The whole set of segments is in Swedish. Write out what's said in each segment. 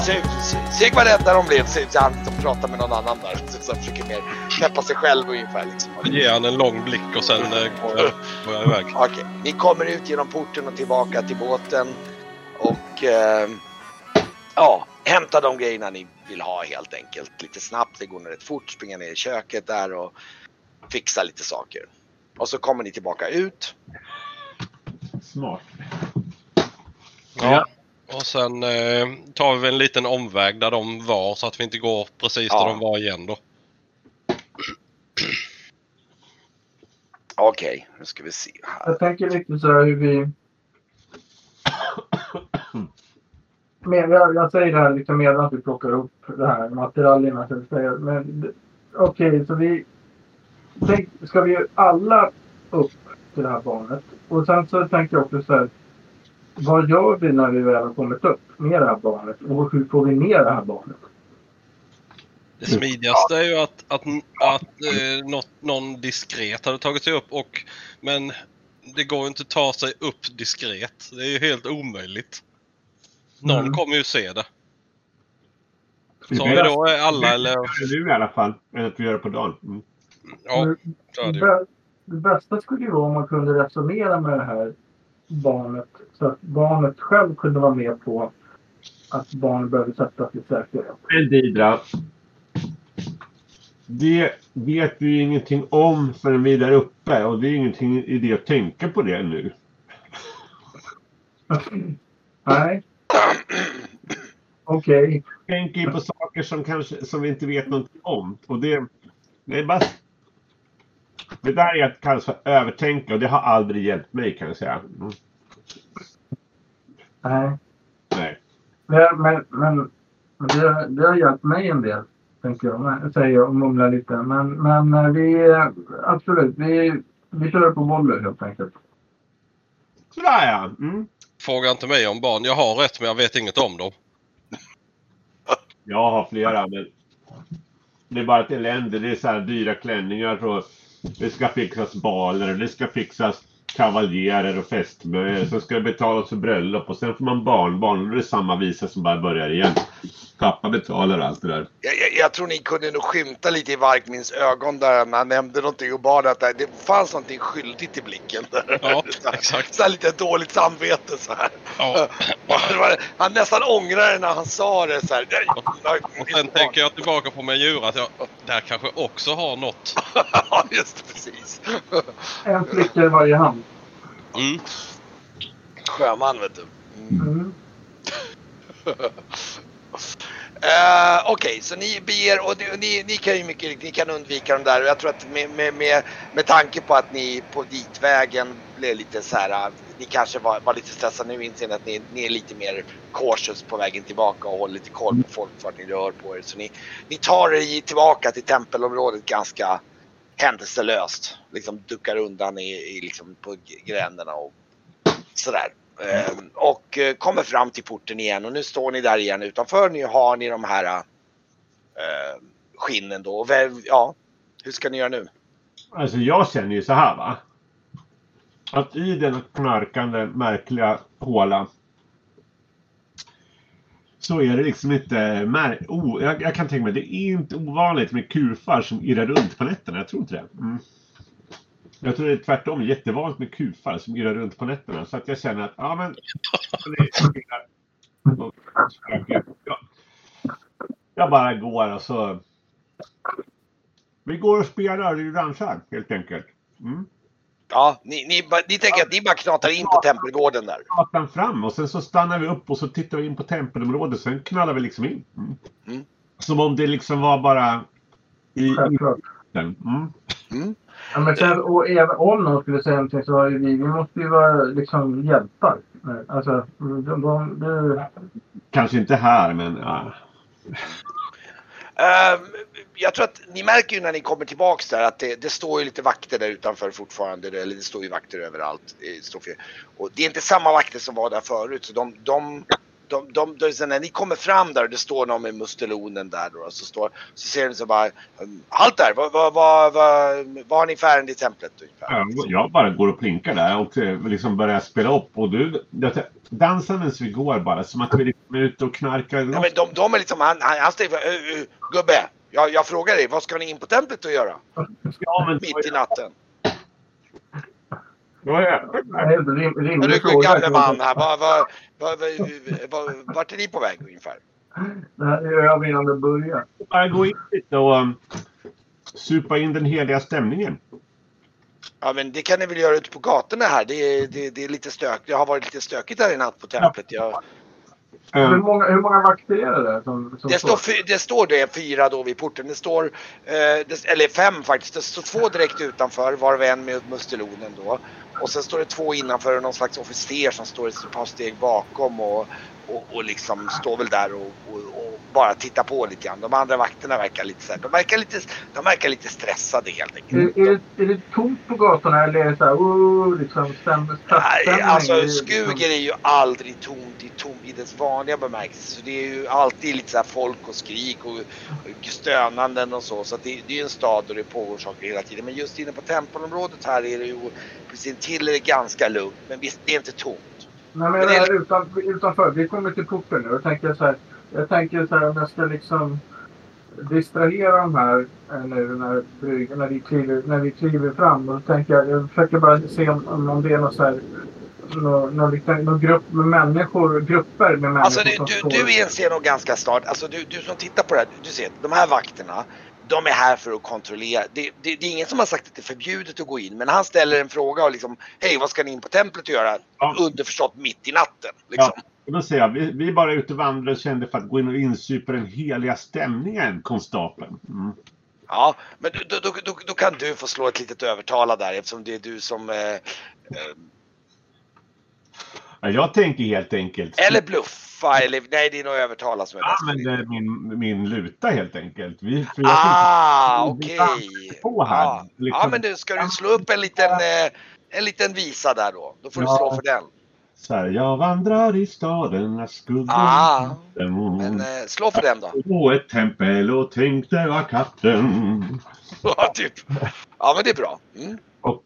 se vad rädda de blev. Så han pratar med någon annan där. Så försöker mer knäppa sig själv ungefär. Liksom. Ge han en lång blick och sen går jag iväg. Okej, ni kommer ut genom porten och tillbaka till båten. Och hämta de grejerna ni vill ha helt enkelt. Lite snabbt, det går rätt fort. Springa ner i köket där och fixa lite saker. Och så kommer ni tillbaka ut. Smart. Ja. Och sen tar vi en liten omväg där de var så att vi inte går precis där de var igen då. Okej, nu ska vi se här. Jag tänker lite så här hur vi... Men jag säger det här lite medan vi plockar upp det här materialerna. Men okej, så vi... Ska vi alla upp till det här barnet? Och sen så tänker jag också så här... Vad gör vi när vi väl har kommit upp med det här barnet? Och hur får vi ner det här barnet? Det smidigaste är ju att någon diskret hade tagit sig upp men det går ju inte att ta sig upp diskret. Det är ju helt omöjligt. Någon kommer ju se det. Så vi då är alla eller... Du i alla fall, än att vi gör det på dagen. Ja, så är det ju. Det bästa skulle ju vara om man kunde resonera med det här barnet så att barnet själv kunde vara med på att barnet behöver sättas i säkerhet. Men Didra, det vet vi ju ingenting om förrän vi är där uppe och det är ingenting idé att tänka på det nu. Nej. Okej. Tänker ju på saker som vi inte vet någonting om och det är bara det där är att kallas för övertänka och det har aldrig hjälpt mig kan jag säga. Nej. Men det har hjälpt mig en del, tänker jag. Säger jag och mumlar lite. Men vi absolut, vi kör på boller helt enkelt. Sådär ja. Fråga inte mig om barn. Jag har rätt men jag vet inget om dem. Jag har flera men det är bara ett elände. Det är så här dyra klänningar och det ska fixas baler, det ska fixas kavaljerer och festmöjor. Så ska det betalas för bröllop och sen får man barnbarn och det är samma visa som bara börjar igen. Pappa betalar allt det där. Jag tror ni kunde nog skymta lite i Varkmins ögon där när han nämnde någonting och bara att det fanns någonting skyldigt i blicken. Där. Ja, exakt. Så här lite dåligt samvete så här. Ja. Han nästan ångrar det när han sa det så här. Och sen tänker jag tillbaka på min djur att jag där kanske också har något. Ja, just det, precis. En flicka i varje hand. Sjöman, vet du. Okej, så ni beger och ni kan ju mycket, ni kan undvika de där och jag tror att med tanke på att ni på ditvägen blev lite så här, ni kanske var lite stressade nu inser att ni är lite mer cautious på vägen tillbaka och håller lite koll på folk vart ni rör på er, så ni tar er tillbaka till tempelområdet ganska händelselöst, liksom duckar undan i liksom på gränderna och sådär. Och kommer fram till porten igen och nu står ni där igen utanför. Nu har ni de här skinnen då. Ja, hur ska ni göra nu? Alltså jag känner ju så här va. Att i den knarkande märkliga hålan så är det liksom inte jag kan tänka mig det är inte ovanligt med kufar som irrar runt på nätterna. Jag tror inte det. Jag tror det är tvärtom jättevanligt med kufar som irrar runt på nätterna. Så att jag känner att, ja men... Jag bara går och så... Vi går och spelar i dansar helt enkelt. Ja, ni tänker att ni bara knatar in på tempelgården där. Knatar fram och sen så stannar vi upp och så tittar vi in på tempelområdet. Sen knallar vi liksom in. Som om det liksom var bara... Ja, men sen, och även om någon skulle säga någonting så har ju vi måste ju vara liksom hjälpar. Alltså, kanske inte här, men ja. Jag tror att ni märker ju när ni kommer tillbaks där att det står ju lite vakter där utanför fortfarande, eller det står ju vakter överallt. Och det är inte samma vakter som var där förut, så så när ni kommer fram där och det står någon med mustelonen där då, så ser ni så bara halt där, vad har ni för ärende i templet ungefär? Jag bara går och plinkar där och liksom börjar spela upp och du dansar medan vi går bara som att vi liksom är ute och knarkar. Ja, men de är liksom han säger gubbe, jag frågar dig, vad ska ni in på templet att göra? Ja, men mitt i natten. Rimlig du fråga. Gamle man här, vart är ni på väg ungefär? Jag vill ändå börja. Bara gå in lite och supa in den heliga stämningen. Ja, men det kan ni väl göra ute på gatorna här. Det är lite stökigt. Det har varit lite stökigt här i natt på templet. Hur många vakter är det där som det står det 4 då vid porten. Det står eller 5 faktiskt. Det står 2 direkt utanför, varav en med mustelonen då. Och sen står det 2 innanför och någon slags officer som står ett par steg bakom och liksom står väl där och bara tittar på lite grann. De andra vakterna verkar lite så här, de verkar lite stressade helt enkelt. Är det tomt på gatorna eller är det så här liksom stämning? Nej, alltså Skuger är ju aldrig tomt i dess vanliga bemärkelse. Så det är ju alltid lite så här folk och skrik och stönanden och så att det är ju en stad där det pågår saker hela tiden. Men just inne på tempelområdet här är det ju precis till är det ganska lugnt, men visst det är inte tomt. Nej, men det är utanför. Vi kommer till porten nu och jag tänker så här om jag ska liksom distrahera de här nu när vi kliver fram. Och då tänker jag försöker bara se om det är något så här någon grupp med människor, grupper med människor. Alltså du inser nog ganska snart, alltså du som tittar på det här, du ser de här vakterna, de är här för att kontrollera. Det är ingen som har sagt att det är förbjudet att gå in, men han ställer en fråga och liksom, hej, vad ska ni in på templet göra? Ja. Underförstått mitt i natten. Liksom. Ja, och då säger jag, vi är bara ute och vandrar och kände för att gå in och insupa den heliga stämningen, konstapeln. Mm. Ja, men då kan du få slå ett litet övertala där, eftersom det är du som... Jag tänker helt enkelt... Eller bluffa, eller nej, det är nog övertala som är bäst. Ja, men det är min luta helt enkelt. Okej. Liksom, men du, ska du slå upp en liten visa där då? Då får du slå för den. Så här, jag vandrar i staden när men slå för den då. På ett tempel och tänkte var katten. Ja, typ. Ja, men det är bra. Mm.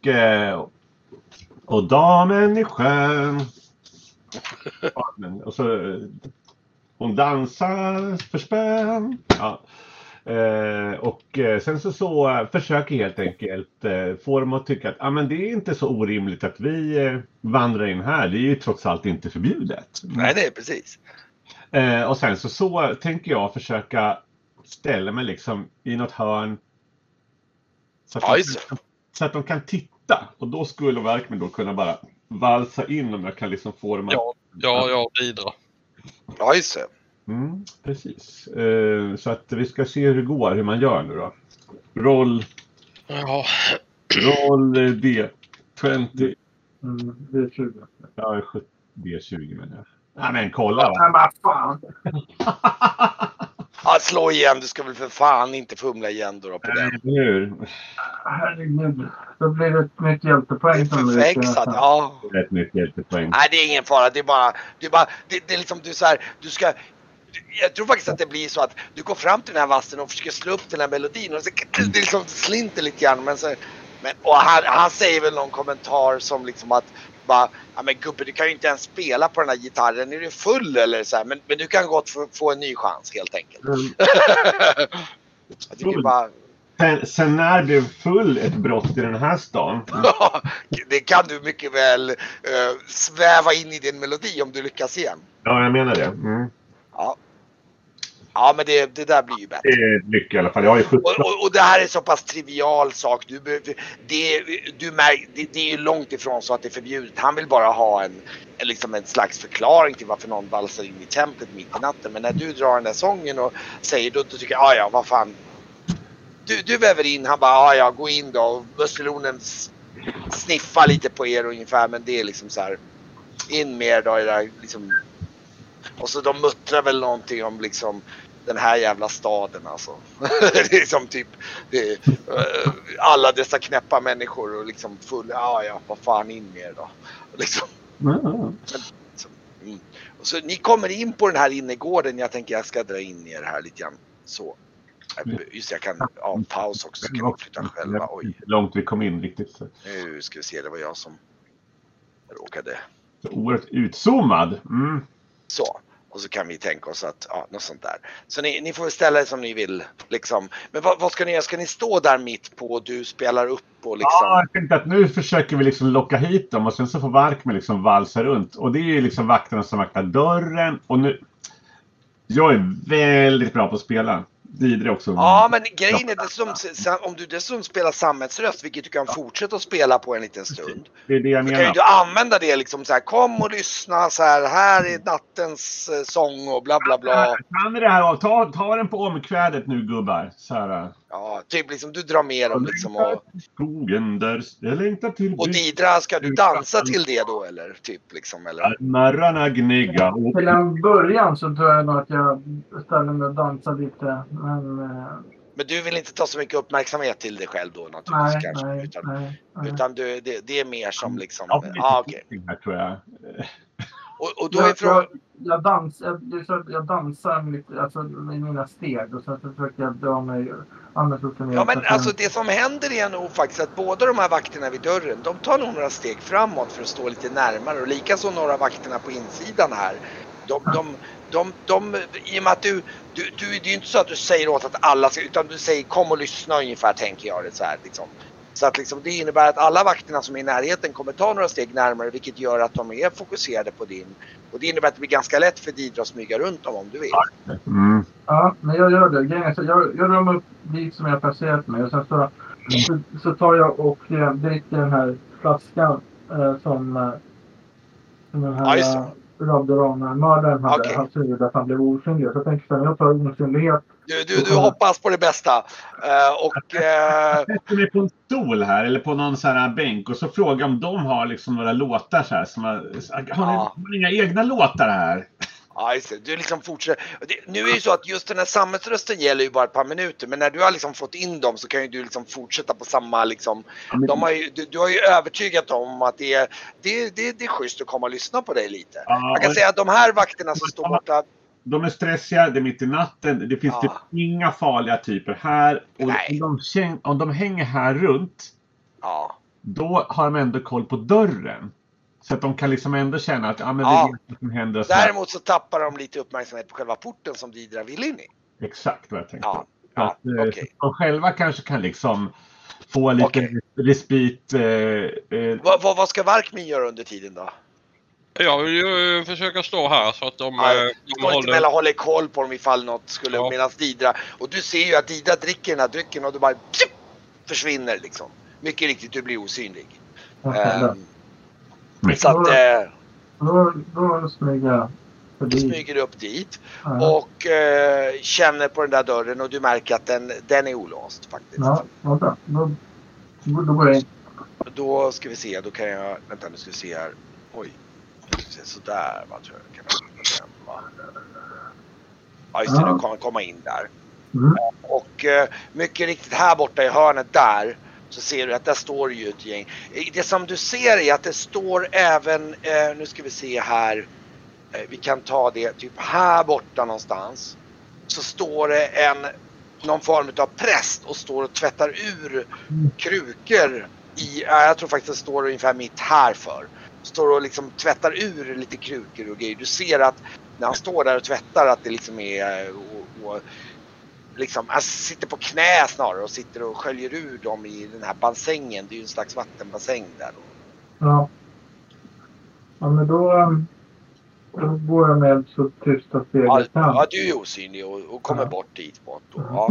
Och damen är skön. Och så hon dansar för spön. Ja. Och sen så försöker helt enkelt få dem att tycka att men det är inte så orimligt att vi vandrar in här. Det är ju trots allt inte förbjudet. Nej, det är precis. Och sen så tänker jag försöka ställa mig liksom i något hörn så att de kan titta. Och då skulle verkligen då kunna bara valsa in om jag kan liksom få dem att... Ja, bidra. Ja, just det. Precis. Så att vi ska se hur det går, hur man gör nu då. Roll D20. D20. Ja, D20 menar jag. Nej, men kolla va. Men vad fan. Ja, slå igen. Du ska väl för fan inte fumla igen då på den. Herregud. Då blir det ett nytt hjältepoäng. Det är förväxat, ja. Ett nytt hjältepoäng. Nej, det är ingen fara. Det är liksom du så här, du ska... Jag tror faktiskt att det blir så att du går fram till den här vassen och försöker slå upp den här melodin och så, det liksom slinter lite grann. Och han säger väl någon kommentar som liksom att bara, ja men gubbe, du kan ju inte ens spela på den här gitarren. Är du full eller så här? Men du kan gott få en ny chans helt enkelt. Jag tycker bara... Sen när blev full ett brott i den här stan? Det kan du mycket väl sväva in i din melodi om du lyckas igen. Ja, jag menar det. Ja, men det där blir ju bättre. Det är mycket i alla fall. Jag har ju och det här är så pass trivial sak. Det är ju långt ifrån så att det är förbjudet. Han vill bara ha en slags förklaring till varför någon valsar in i templet mitt i natten. Men när du drar den där sången och säger då tycker jag, ja vad fan. Du väver in, han bara, ja gå in då. Och muskelonen sniffar lite på er ungefär, men det är liksom så här in mer då i det där liksom. Och så de muttrar väl någonting om liksom den här jävla staden alltså. Det är som typ alla dessa knäppa människor och liksom full, ja vad fan in mer då. Liksom. Så ni kommer in på den här innergården. Jag tänker jag ska dra in er här lite grann. Så. Just jag kan paus också. Så kan ni flytta själva. Oj. Långt vi kom in riktigt. Nu ska vi se. Det var jag som råkade. Så oerhört utzoomad. Så. Och så kan vi tänka oss att, något sånt där. Så ni får ställa er som ni vill, liksom. Men vad ska ni göra? Ska ni stå där mitt på och du spelar upp och liksom? Ja, jag tänkte att nu försöker vi liksom locka hit dem och sen så får Varkmin liksom valsa runt. Och det är ju liksom vakterna som vaktar dörren. Och nu, jag är väldigt bra på att spela. Didre också. Ja, men grejen är dessutom, om du dessutom spelar sammetsröst, vilket du kan fortsätta att spela på en liten stund. Det är det jag menar. Kan ju du använda det liksom så här, kom och lyssna så här är nattens sång och bla bla bla. Kan vi det här? Ta den på omkvädet nu gubbar. Så här. Ja, typ liksom du drar med dem liksom och... Skogen där, jag längtar till... Och Didra, ska du dansa till det då eller? Typ liksom, eller? Marrarna gnigga. Till en början så tror jag nog att jag ställer mig och dansar lite. Men du vill inte ta så mycket uppmärksamhet till dig själv då naturligtvis kanske? Nej. Utan det är mer som liksom... okej. Här, tror jag. Och då är frågan... Jag dansar lite, alltså med mina steg och sen försöker jag dra mig annars upp och ner. Ja, men alltså det som händer är nog faktiskt att båda de här vakterna vid dörren, de tar nog några steg framåt för att stå lite närmare, och likaså några vakterna på insidan här. I och med att det är ju inte så att du säger åt att alla ska, utan du säger kom och lyssna ungefär, tänker jag det så här liksom. Så att liksom, det innebär att alla vakterna som är i närheten kommer ta några steg närmare, vilket gör att de är fokuserade på din. Och det innebär att det blir ganska lätt för Didra att smyga runt dem om du vill. Ja, men jag gör det. Jag rör mig upp dit som jag har placerat mig och sen så tar jag och dricker den här flaskan som den här mördaren hade. Han säger att han blev osynlig. Så jag tänker att jag tar osynlighet. Du hoppas på det bästa. Jag sätter mig på en stol här eller på någon sån här bänk och så frågar om de har liksom några låtar så här. Har ni inga egna låtar här? Ja, just det. Du liksom fortsätter. Nu är det ju så att just den här sammetsrösten gäller ju bara ett par minuter. Men när du har liksom fått in dem så kan ju du liksom fortsätta på samma liksom. Du har ju övertygat dem om att det är schysst att komma och lyssna på dig lite. Man kan säga att de här vakterna som står borta. De är stressiga, det är mitt i natten. Det finns typ inga farliga typer här. Och om de hänger här runt. Då har de ändå koll på dörren. Så att de kan liksom ändå känna att vi vet vad som händer. Däremot så tappar de lite uppmärksamhet på själva porten som Didra vill in i. Exakt vad jag tänkte. Okay. De själva kanske kan liksom få lite respit. Vad ska Varkmin göra under tiden då? Jag vill ju försöka stå här så att de håller koll på dem ifall något skulle medan Didra. Och du ser ju att Didra dricker den här drycken och du bara försvinner liksom. Mycket riktigt, du blir osynlig. Så att då smyger du upp dit och känner på den där dörren och du märker att den är olåst faktiskt. Ja, bra. Då går jag in. Då ska vi se, då kan jag, vänta nu ska vi se här. Oj, sådär vad tror jag kan jag va? Ja just det, nu kan man komma in där. Och mycket riktigt här borta i hörnet där så ser du att där står ju ett gäng. Det som du ser är att det står även, nu ska vi se här, vi kan ta det typ här borta någonstans. Så står det någon form av präst och står och tvättar ur krukor i, jag tror faktiskt det står ungefär mitt här för. Står och liksom tvättar ur lite krukor och grejer. Du ser att när han står där och tvättar att det liksom är och liksom, han sitter på knä snarare och sitter och sköljer ur dem i den här bassängen. Det är ju en slags vattenbassäng där då. Ja. Ja, men då går jag med så tysta steg. Ja, du är osynlig och kommer bort dit bort då.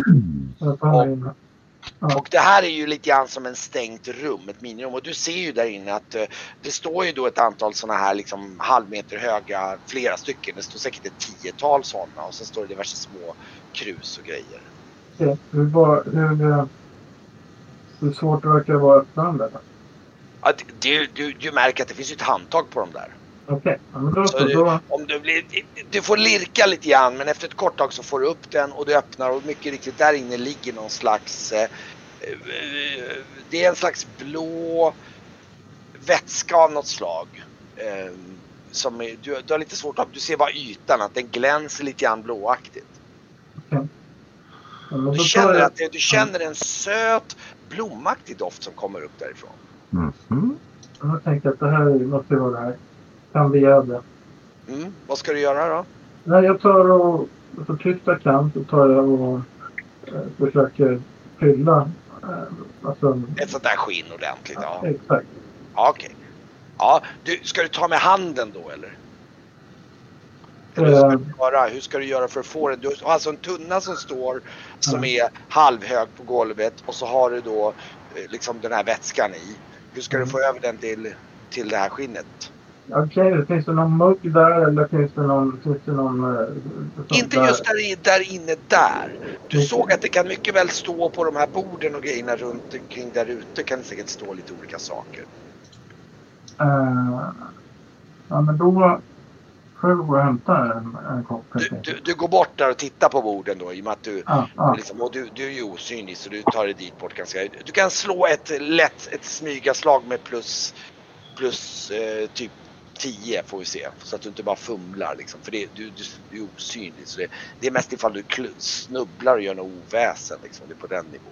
Och det här är ju lite grann som en stängt rum, ett minirum. Och du ser ju där inne att det står ju då ett antal sådana här liksom halvmeter höga, flera stycken. Det står säkert ett 10-tal sådana och sen står det diverse små krus och grejer. Hur svårt det verkar vara att öppna den där? Ja, du märker att det finns ju ett handtag på dem där. Okej. Om du får lirka lite grann, men efter ett kort tag så får du upp den och du öppnar och mycket riktigt där inne ligger någon slags det är en slags blå vätska av något slag som är, du har lite svårt att, du ser bara ytan, att den glänser lite grann blåaktigt. Okej. Ja, men Du då känner, tar jag- att du känner en söt blomaktig doft som kommer upp därifrån. Mhm. Jag tänkte att det här måste vara det här. Kan vi göra det? Vad ska du göra då? Nej, jag tar och så tyst jag kan så tar jag och försöker fylla. Alltså, Ett sånt där skinn ordentligt, ja. exakt. Ja, okej. Ja, ska du ta med handen då eller? Eller hur ska du göra för att få det? Du har alltså en tunna som står som är halvhög på golvet och så har du då liksom den här vätskan i. Hur ska du få över den till det här skinnet? Okej, finns det någon mugg där eller finns det någon Inte just där inne där. Du såg att det kan mycket väl stå på de här borden och grejerna runt omkring där ute kan det säkert stå lite olika saker. Ja, men då får jag gå och hämta en kopp. Du går bort där och tittar på borden då i och med att du liksom, och du är ju osynlig så du tar dig dit bort ganska. Du kan slå ett smygaslag med plus typ 10 får vi se så att du inte bara fumlar liksom, för du är osynlig så det är mest ifall du snubblar och gör något oväsen liksom, det är på den nivån.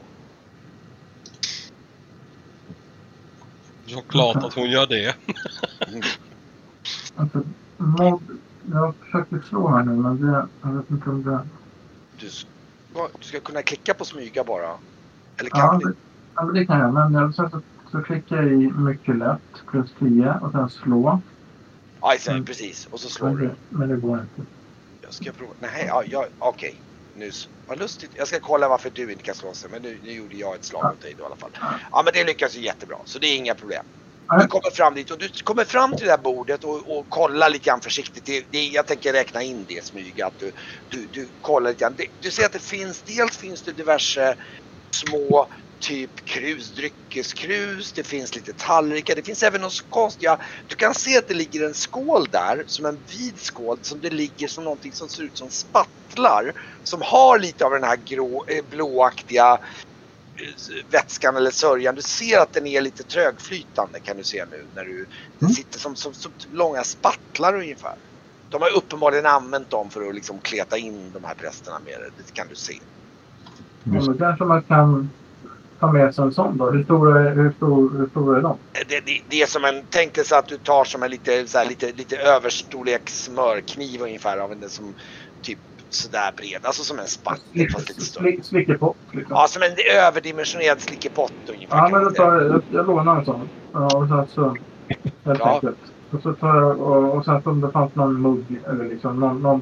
Såklart att hon gör det. Alltså, jag försöker slå här nu men jag vet inte om det... Du ska kunna klicka på smyga bara. Eller kan du? Ja, men det kan jag. Men så klickar jag i mycket lätt. Plus 10 och sen slå. Ja, precis. Och så slår du. Men det går inte. Jag ska prova. Nej, okej. Nu, vad lustigt. Jag ska kolla varför du inte kan slå sig. Men nu gjorde jag ett slag åt dig då, i alla fall. Ja, men det lyckas ju jättebra. Så det är inga problem. Du kommer fram dit och du kommer fram till det här bordet och kollar lite grann försiktigt. Jag tänker räkna in det smyga. Att du kollar lite grann. Du ser att det finns det diverse små typ dryckeskrus, det finns lite tallrikar, det finns även något konstiga. Du kan se att det ligger en skål där, som en vid skål, som det ligger som någonting som ser ut som spattlar, som har lite av den här blåaktiga vätskan eller sörjan. Du ser att den är lite trögflytande kan du se nu när den sitter som långa spattlar ungefär. De har uppenbarligen använt dem för att liksom kleta in de här prästerna med det kan du se. Ja, men kanske man kan ta med sig en sån då. Hur stor är de? Det är som tänk dig så att du tar som en lite överstorlek smörkniv ungefär av en som typ sådär bred. Alltså som en spattel fast lite större. Slickepott liksom. Ja, som en överdimensionerad slickepott ungefär. Ja, men då tar jag lånar en sån. Ja, och sen så helt enkelt. Och så tar jag och sen om det fanns någon mugg eller liksom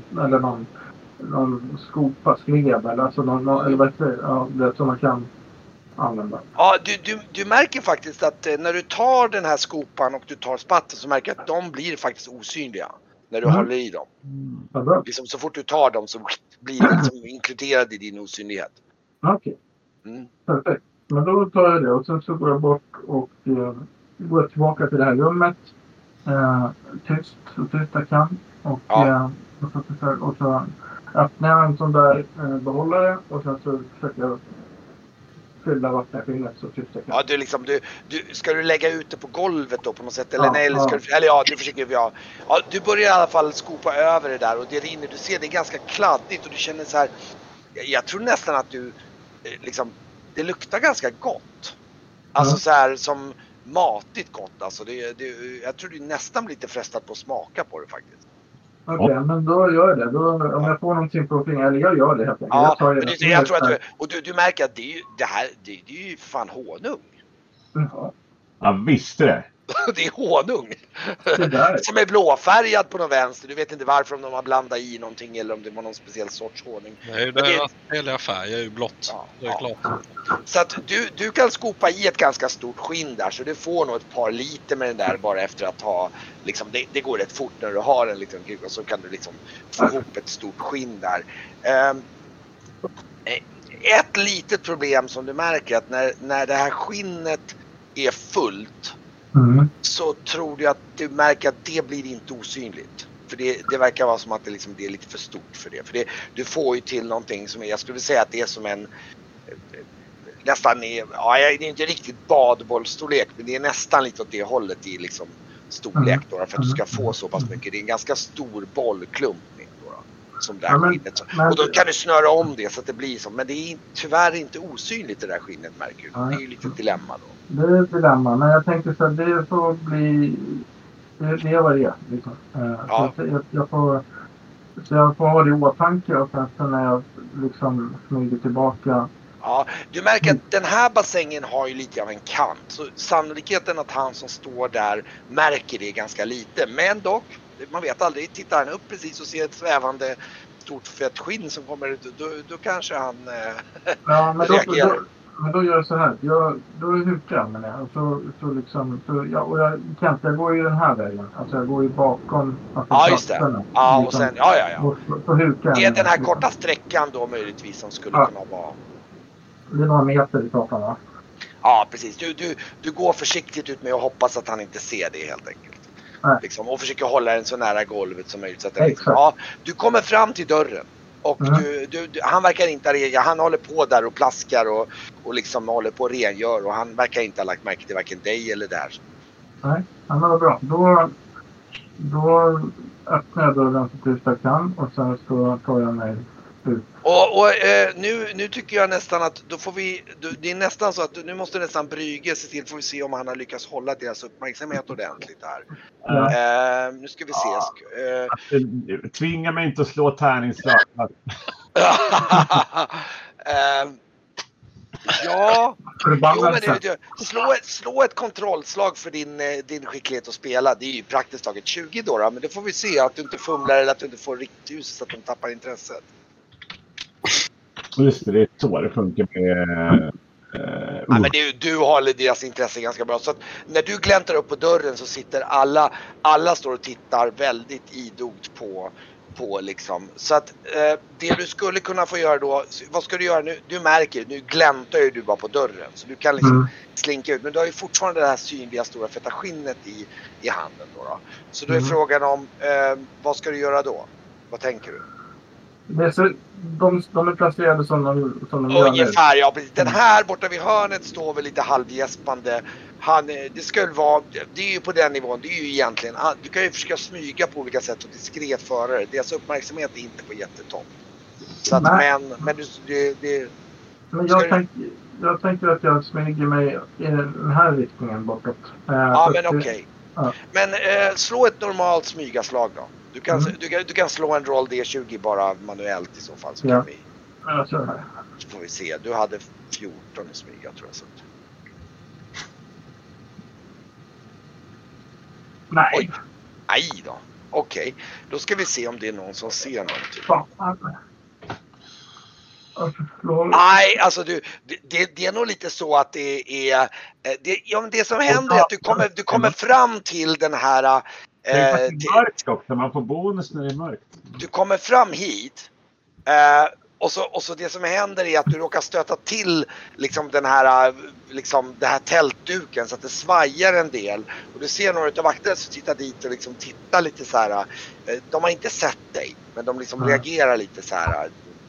någon skopa, sleb eller alltså eller vad säger ja, det som man kan använda. Ja, du märker faktiskt att när du tar den här skopan och du tar spatten så märker du att de blir faktiskt osynliga när du håller i dem. Liksom, så fort du tar dem så blir de liksom inkluderade i din osynlighet. Okej. Perfekt. Men då tar jag det och sen så går jag bort och går tillbaka till det här rummet. Tyst jag kan. Och så öppnar jag en sån där behållare och sen så försöker jag fylla vattenskinnet så tyst jag kan. Ja, ska du lägga ut det på golvet då på något sätt? Eller nej, eller du försöker, du börjar i alla fall skopa över det där och det rinner, du ser det är ganska kladdigt och du känner så här, jag tror nästan att du liksom, det luktar ganska gott. Alltså så här som matigt gott alltså. Jag tror du nästan blir lite frestad på att smaka på det faktiskt. Okej, men då gör jag det. Då, om jag får någonting på fingret, eller jag gör det helt enkelt. Ja, jag tror att du märker att det är ju fan honung. Jag visste det. Det är honung. Som är blåfärgad på någon vänster. Du vet inte varför, om de har blandat i någonting eller om det var någon speciell sorts honung. Nej, deras hela färg är ju blått. Ja, det är klart. Så att du kan skopa i ett ganska stort skinn där, så du får nog ett par liter med den där bara efter att ha liksom, det går rätt fort när du har en liten kuk och så kan du liksom få ihop ett stort skinn där. Ett litet problem som du märker att när det här skinnet är fullt så tror du att du märker att det blir inte osynligt. För det verkar vara som att det är lite för stort för det. För du får ju till någonting som jag skulle säga att det är som en nästan, det är inte riktigt badbollstorlek, men det är nästan lite åt det hållet i liksom storlek då, för att du ska få så pass mycket. Det är en ganska stor bollklumpning då, som det här skinnet. Och då kan du snöra om det så att det blir så. Men det är tyvärr inte osynligt det där skinnet, märker du. Det är ju lite ett dilemma då. Det är ett dilemma, men jag tänkte så att det får bli... Det var det liksom. Ja. Så jag får ha det i åtanke och sen när jag liksom smyger tillbaka. Ja, du märker att den här bassängen har ju lite av en kant. Så sannolikheten att han som står där märker det ganska lite. Men dock, man vet aldrig. Tittar han upp precis och ser ett svävande stort fett skinn som kommer ut, då kanske han reagerar. Men då gör jag så här. Då hukar jag med det. Och så liksom, jag går ju den här vägen. Alltså jag går ju bakom. Ja, just det. Ja, och sen, ja. Så hukar jag. Det är den här korta sträckan då möjligtvis som skulle kunna vara... Det är några meter i toppen, va? Ja, precis. Du går försiktigt ut med och hoppas att han inte ser det helt enkelt. Liksom, och försöker hålla den så nära golvet som möjligt. Så att den liksom, du kommer fram till dörren. Och han verkar inte reagera. Han håller på där och plaskar och liksom håller på och rengör. Och han verkar inte ha lagt märke till varken dig eller där. Nej, han var bra. Då öppnar jag dörren så tyst jag kan. Och sen så tar jag mig ut. Och nu tycker jag nästan att då får vi... Det är nästan så att nu måste nästan Brygge se till. Får vi se om han har lyckats hålla deras uppmärksamhet ordentligt här. Nu ska vi se. Tvinga mig inte att slå tärningsslag. Ja, slå ett kontrollslag för din skicklighet att spela. Det är ju praktiskt taget 20 då, men då får vi se att du inte fumlar eller att du inte får riktigt ljus så att de tappar intresset. Just det är så det funkar med... Ja, men du håller deras intresse ganska bra. Så att när du gläntar upp på dörren så sitter alla står och tittar väldigt idogt på liksom. Så att det du skulle kunna få göra då, vad ska du göra nu? Du märker, nu gläntar ju du bara på dörren. Så du kan liksom slinka ut. Men du har ju fortfarande det här synliga stora feta skinnet i handen då. Så då är frågan om, vad ska du göra då? Vad tänker du? De är placerade som de ungefär, ja precis. Den här borta vid hörnet står väl lite halvgäspande. Det skulle vara, det är ju på den nivån, det är ju egentligen, du kan ju försöka smyga på olika sätt och diskret föra det. Deras uppmärksamhet är inte på jättetopp. Så att, men jag tänker att jag smyger mig i den här riktningen bortåt. Ja, men okej. Ja. Men slå ett normalt smygaslag då. Du kan slå en roll D20 bara manuellt i så fall. Så kan vi. Så får vi se. Du hade 14 i smyga tror jag. Så. Nej. Oj. Nej då. Okej. Då ska vi se om det är någon som ser någonting. Nej, alltså det är nog lite så att det är... det som händer är att du kommer fram till den här... det är mörkt också, man får bonus när det är mörkt. Du kommer fram hit och så det som händer är att du råkar stöta till liksom den här tältduken så att det svajar en del och du ser några av vakterna som tittar dit och liksom tittar lite så här. De har inte sett dig men de liksom reagerar lite så här.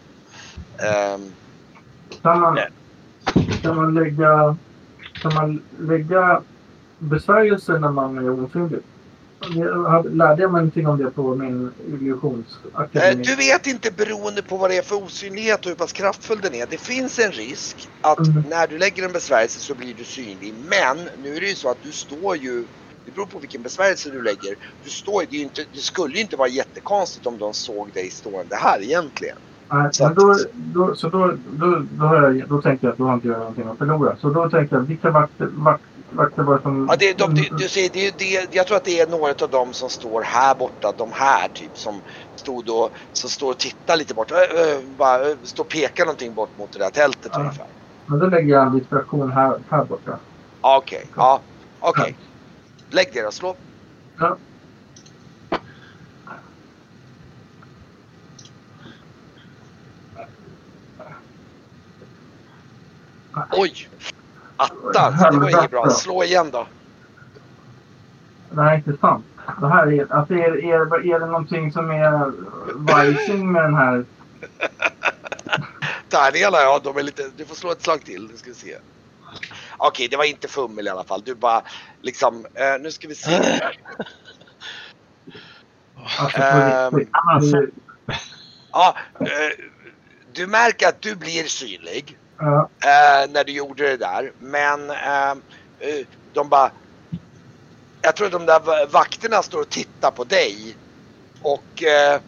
Kan man lägga besvärjelser när man är osynlig? Lärde jag mig någonting om det på min illusionsakademi? Du vet inte beroende på vad det är för osynlighet och hur pass kraftfull den är. Det finns en risk att när du lägger en besvärjelse så blir du synlig. Men nu är det ju så att du står ju, det beror på vilken besvärjelse du lägger. Du står ju inte, det skulle ju inte vara jättekonstigt om de såg dig stående här egentligen. Nej, så då tänker jag att du har inte gjort någonting att förlora. Så då tänker jag, vilka vakter var som... Ja, jag tror att det är några av dem som står här borta, de här typ som står och tittar lite bort, bara står och pekar någonting bort mot det där tältet ungefär. Men då lägger jag en diskretion här borta. Okej. Lägg det då, slå. Ja. Oj! Attan, det var ju bra. Slå igen då. Nej, inte sant. Det här är det någonting som är vajsing med den här? Tärningarna, ja, de är lite... Du får slå ett slag till, du ska se. Okej, det var inte fummel i alla fall. Du bara liksom, nu ska vi se. Du märker att du blir synlig när du gjorde det där. Men de bara... Jag tror att de där vakterna står och tittar på dig. Och...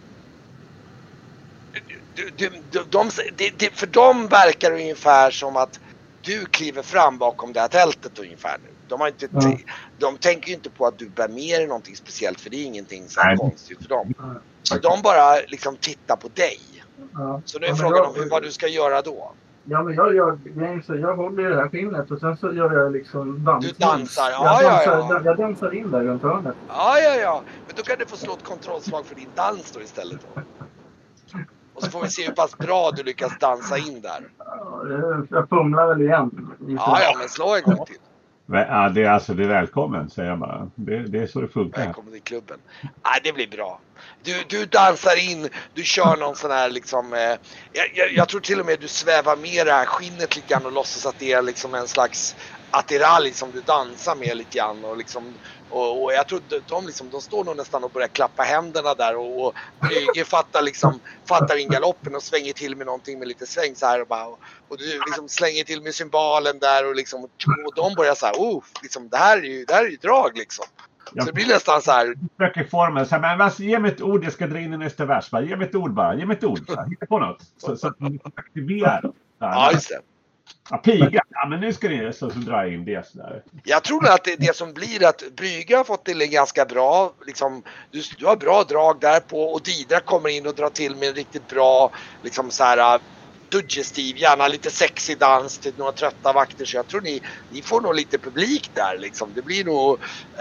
för dem verkar det ungefär som att du kliver fram bakom det här tältet ungefär nu. De tänker ju inte på att du bär med dig någonting speciellt, för det är ingenting så här konstigt för dem. Så de bara liksom tittar på dig. Så nu är frågan om vad du ska göra då. Ja, men jag håller i det här skinnet och sen så gör jag liksom dans. Du dansar, Jag dansar in där runt hörnet. Ja. Men då kan du få slå ett kontrollslag för din dans då istället då. Och så får vi se hur pass bra du lyckas dansa in där. Jag fumlar väl igen. Ja, men slå en gång till. Ja, det är välkommen, säger jag bara. Det är så det funkar. Välkommen till klubben. Nej, det blir bra. Du dansar in, du kör någon sån här liksom... jag tror till och med du svävar med det här skinnet lite grann och låtsas att det är liksom en slags attiralj som du dansar med lite grann. Och liksom... Och jag tror de står nog nästan och börjar klappa händerna där och Brygge fattar in galoppen och svänger till med någonting med lite sväng så här och du liksom slänger till med symbalen där och liksom och de börjar så här liksom det här är ju drag liksom. Så det blir nästan så här. Jag försöker formen så här, men ge mig ett ord, jag ska dra in i nästa vers bara. Ge mig ett ord. Hitta på något så att man aktiverar. Ja, just det. Ja, piga. Ja, men nu ska det så drar jag in det sådär. Jag tror att det som blir att Brygge har fått till ganska bra liksom, du har bra drag där på och Didra kommer in och drar till med en riktigt bra liksom så här suggestiv, gärna lite sexig dans till några trötta vakter, så jag tror ni får nog lite publik där liksom. Det blir nog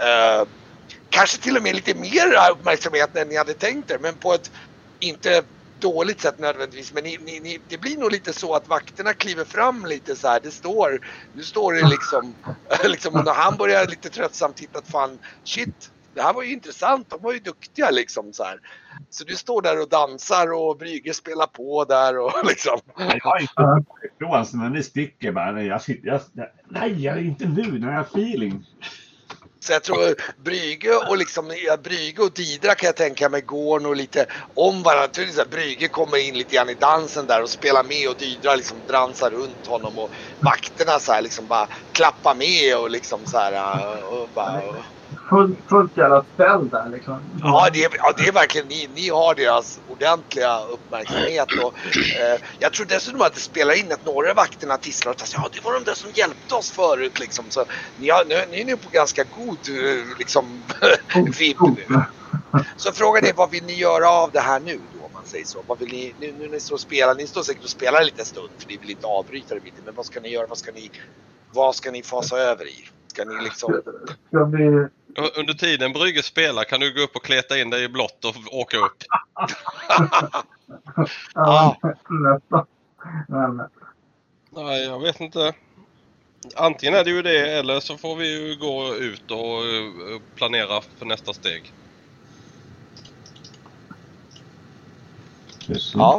kanske till och med lite mer uppmärksamhet än ni hade tänkt er, men på ett inte dåligt sätt nödvändigtvis, men det blir nog lite så att vakterna kliver fram lite så här. Nu står det liksom och när han börjar lite tröttsamt titta att fan, shit, det här var ju intressant, de var ju duktiga liksom så här. Så du står där och dansar och Brygge spelar på där och liksom. Jag är inte ifrån så när ni sticker bara, nej, inte nu när jag har feeling. Så jag tror Brygge och Didra kan jag tänka mig går nog lite om varandra. Brygge kommer in lite grann i dansen där och spelar med och Didra liksom dansar runt honom och vakterna så här liksom bara klappar med och liksom så här och bara... Fullt jävla spel där liksom. Ja, det är verkligen ni har deras ordentliga uppmärksamhet och jag tror dessutom att det spelar in att några vakterna tisslar och säger det var de där som hjälpte oss förut liksom, så ni är nu på ganska god liksom vibb nu. Så frågan är, vad vill ni göra av det här nu då, om man säger så? Vad vill ni nu när ni står och spelar? Ni står säkert och spelar lite stund för ni vill inte avbryta det lite, men vad ska ni göra? Vad ska ni fasa över i? Ska ni liksom... Under tiden Brygge spelar kan du gå upp och kleta in dig i blått och åka upp. Ja. Nej, jag vet inte. Antingen är det ju det eller så får vi ju gå ut och planera för nästa steg. Ja.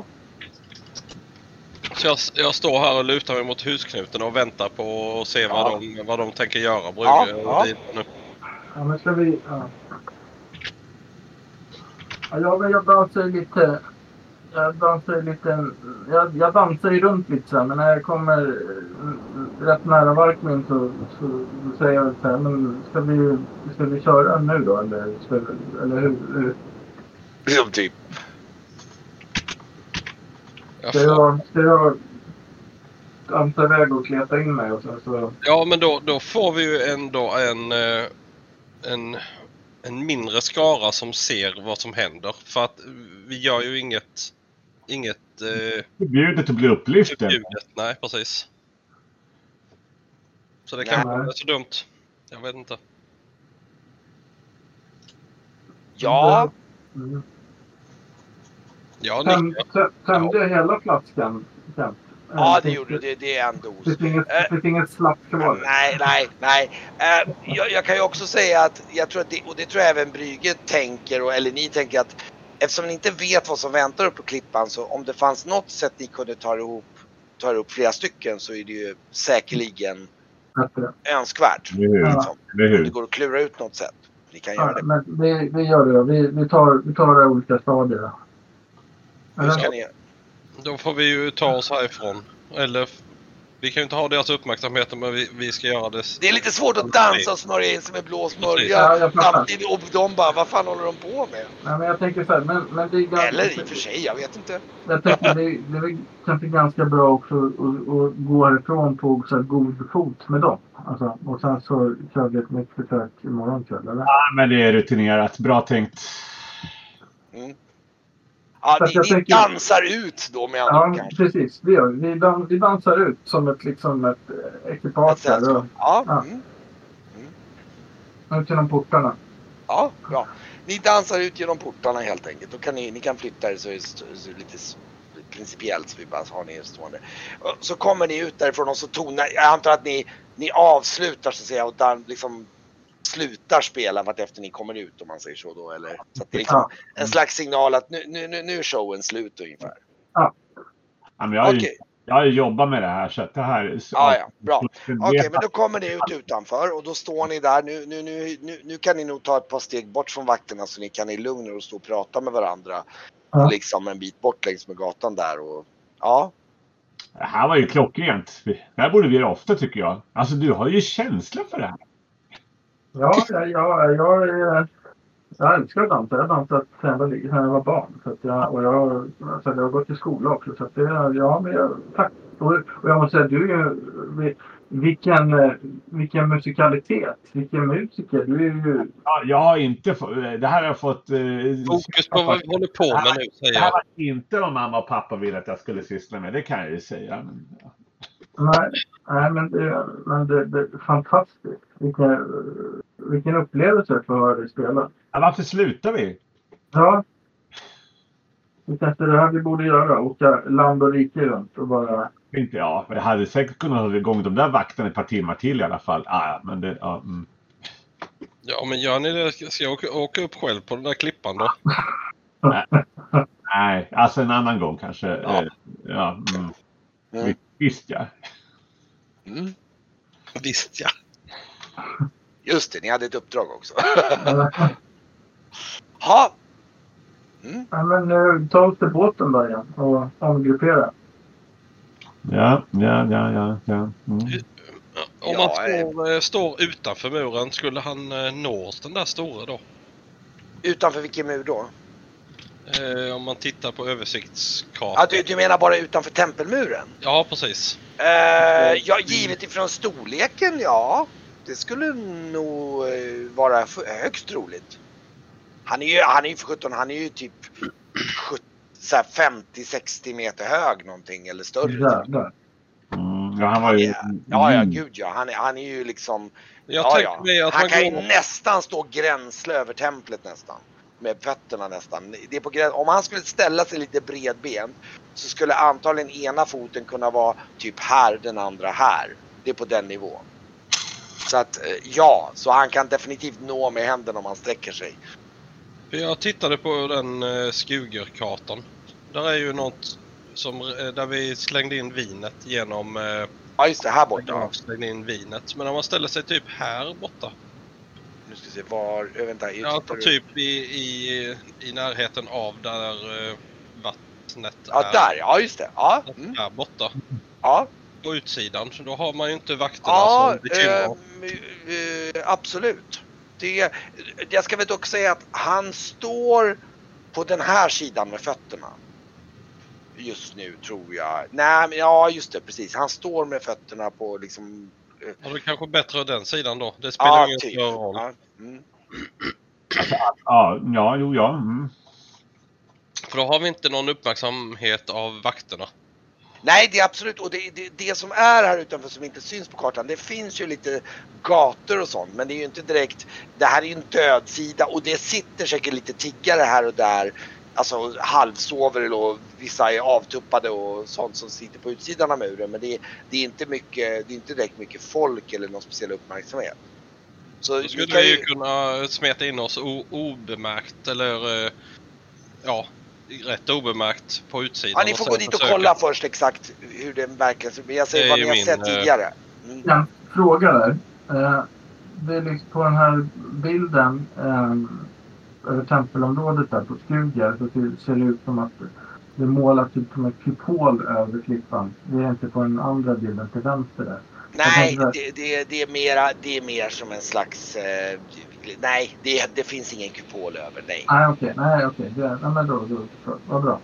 Så jag står här och lutar mig mot husknuten och väntar på att se vad de tänker göra. Brygge Ja, men ska vi... Ja. Jag dansar lite... Jag dansar ju runt lite så här, men när jag kommer rätt nära Varkmin så säger jag så här, men ska vi köra nu då? Eller hur? Som typ. Ska jag dansa iväg och kleta in mig och så... Ja, men då får vi ju ändå en mindre skara som ser vad som händer. För att vi gör ju inget förbjudet att bli upplyften. Nej, precis. Så det kan vara så dumt. Jag vet inte. Ja. Ja, tömde jag hela flaskan? Ja, det gjorde det. Det är en dos. Det finns inget slapp kvar. Nej. Jag kan ju också säga att jag tror att det tror jag även Brygge tänker, eller ni tänker att eftersom ni inte vet vad som väntar upp på klippan, så om det fanns något sätt ni kunde ta ihop flera stycken, så är det ju säkerligen önskvärt. Liksom. Det går att klura ut något sätt. Ni kan göra det. Men vi gör det. Vi tar det olika stadier. Hur ska ni göra? Då får vi ju ta oss härifrån. Eller vi kan ju inte ha deras uppmärksamhet, men vi ska göra det. Det är lite svårt att dansa och smörja in som en blå smörja samtidigt, och de bara, vad fan håller de på med? Nej, men jag tänker så här, men det är ganska... Eller i och för sig, jag vet inte. Jag tänker det är kanske ganska bra också att gå härifrån på så här god fot med dem. Alltså, och sen så kör vi ett nytt försök imorgon kväll, eller? Ja, men det är rutinerat. Bra tänkt. Ja, ni dansar ut då med andra kanske. Precis. Det gör vi. Vi dansar ut som ett ekipage. Ut genom portarna. Ja, bra. Ni dansar ut genom portarna helt enkelt. Då kan ni kan flytta er så lite principiellt, så vi bara har ni stående. Så kommer ni ut därifrån och så tonar. Jag antar att ni avslutar så att säga, och där liksom slutar spela vart efter ni kommer ut, om man säger så då, eller så att det är liksom en slags signal att nu är showen slut ungefär. Ja, men jag har ju jobbat med det här, så att det här ja, bra. Okej, men då kommer ni ut utanför och då står ni där. Nu kan ni nog ta ett par steg bort från vakterna, så ni kan i lugn och stå och prata med varandra liksom en bit bort längs med gatan där, och Det här var ju klockrent. Det här borde vi göra ofta, tycker jag. Alltså, du har ju känsla för det här. Ja, jag älskar att dansa. Jag har dansat sedan jag var barn. Så att jag har gått i skola också. Så att tack. Och jag måste säga, du är vilken musikalitet. Vilken musiker. Du är ju... Ja, jag har inte det här har jag fått... fokus på vad vi håller på med nu, säger jag. Det här var inte vad mamma och pappa ville att jag skulle syssla med. Det kan jag ju säga. Men, Nej, men det är fantastiskt. Vilken upplevelse för att höra dig spela. Ja, varför slutar vi? Ja. Det kanske det här vi borde göra. Åka land och rike runt och bara... Inte jag. Jag hade säkert kunnat hålla igång de där vakterna ett par timmar till i alla fall. Men det... Ja, men gör ni det? Ska jag åka upp själv på den där klippan då? Nej, alltså en annan gång kanske. Visst, ja. Visst, ja. Just det, ni hade ett uppdrag också. Ja. Ja, men nu ta oss till båten då igen och omgruppera. Ja. Om man står utanför muren, skulle han nå oss den där stora då? Utanför vilken mur då? Om man tittar på översiktskartan. Ja, du menar bara utanför tempelmuren? Ja, precis. Ja, givet ifrån storleken, ja. Det skulle nog vara högst troligt. Han är ju för 17, han är ju typ 50-60 meter hög någonting, eller större. Ja, han var ju... Ja, gud ja. Han är ju liksom... Han kan ju nästan stå gränsle över templet nästan. Med fötterna nästan. Det är på om han skulle ställa sig lite bredbent, så skulle antagligen ena foten kunna vara typ här, den andra här. Det är på den nivån. Så att så han kan definitivt nå med händerna om han sträcker sig. Jag tittade på den Skugerkartan. Där är ju något som där vi slängde in vinet genom... Ja, just det, här borta. Slängde in vinet. Men om man ställer sig typ här borta. Nu ska vi se var... Vänta, typ i närheten av där vattnet är. Ja, där. Ja, just det. Ja. Här borta. Ja. På utsidan. Så då har man ju inte vakterna som bekymrar. Absolut. Jag ska väl dock säga att han står på den här sidan med fötterna. Just nu, tror jag. Nej, men ja, just det, precis. Han står med fötterna på liksom... Ja, det är kanske bättre den sidan då. Det spelar ingen större roll. Ja. För då har vi inte någon uppmärksamhet av vakterna. Nej, det är absolut. Och det som är här utanför som inte syns på kartan, det finns ju lite gator och sånt. Men det är ju inte direkt... Det här är ju en död sida. Och det sitter säkert lite tiggare här och där. Alltså halvsover och vissa är avtuppade och sånt som sitter på utsidan av muren. Men det är inte mycket, det är inte direkt mycket folk eller någon speciell uppmärksamhet. Så då skulle vi ju kunna smeta in oss obemärkt eller rätt obemärkt på utsidan. Ja, ni får gå dit och kolla först exakt hur det verkar. Jag säger vad ni har sett tidigare. Ja, fråga där. Det är liksom på den här bilden över tempelområdet där på studier så ser det ut som att det är målat typ som en kupol över klippan. Det är inte på den andra bilden till vänster där. Nej, det är mer som en slags... nej, det finns ingen kupol över, nej. Nej, okej. Men då, vad bra.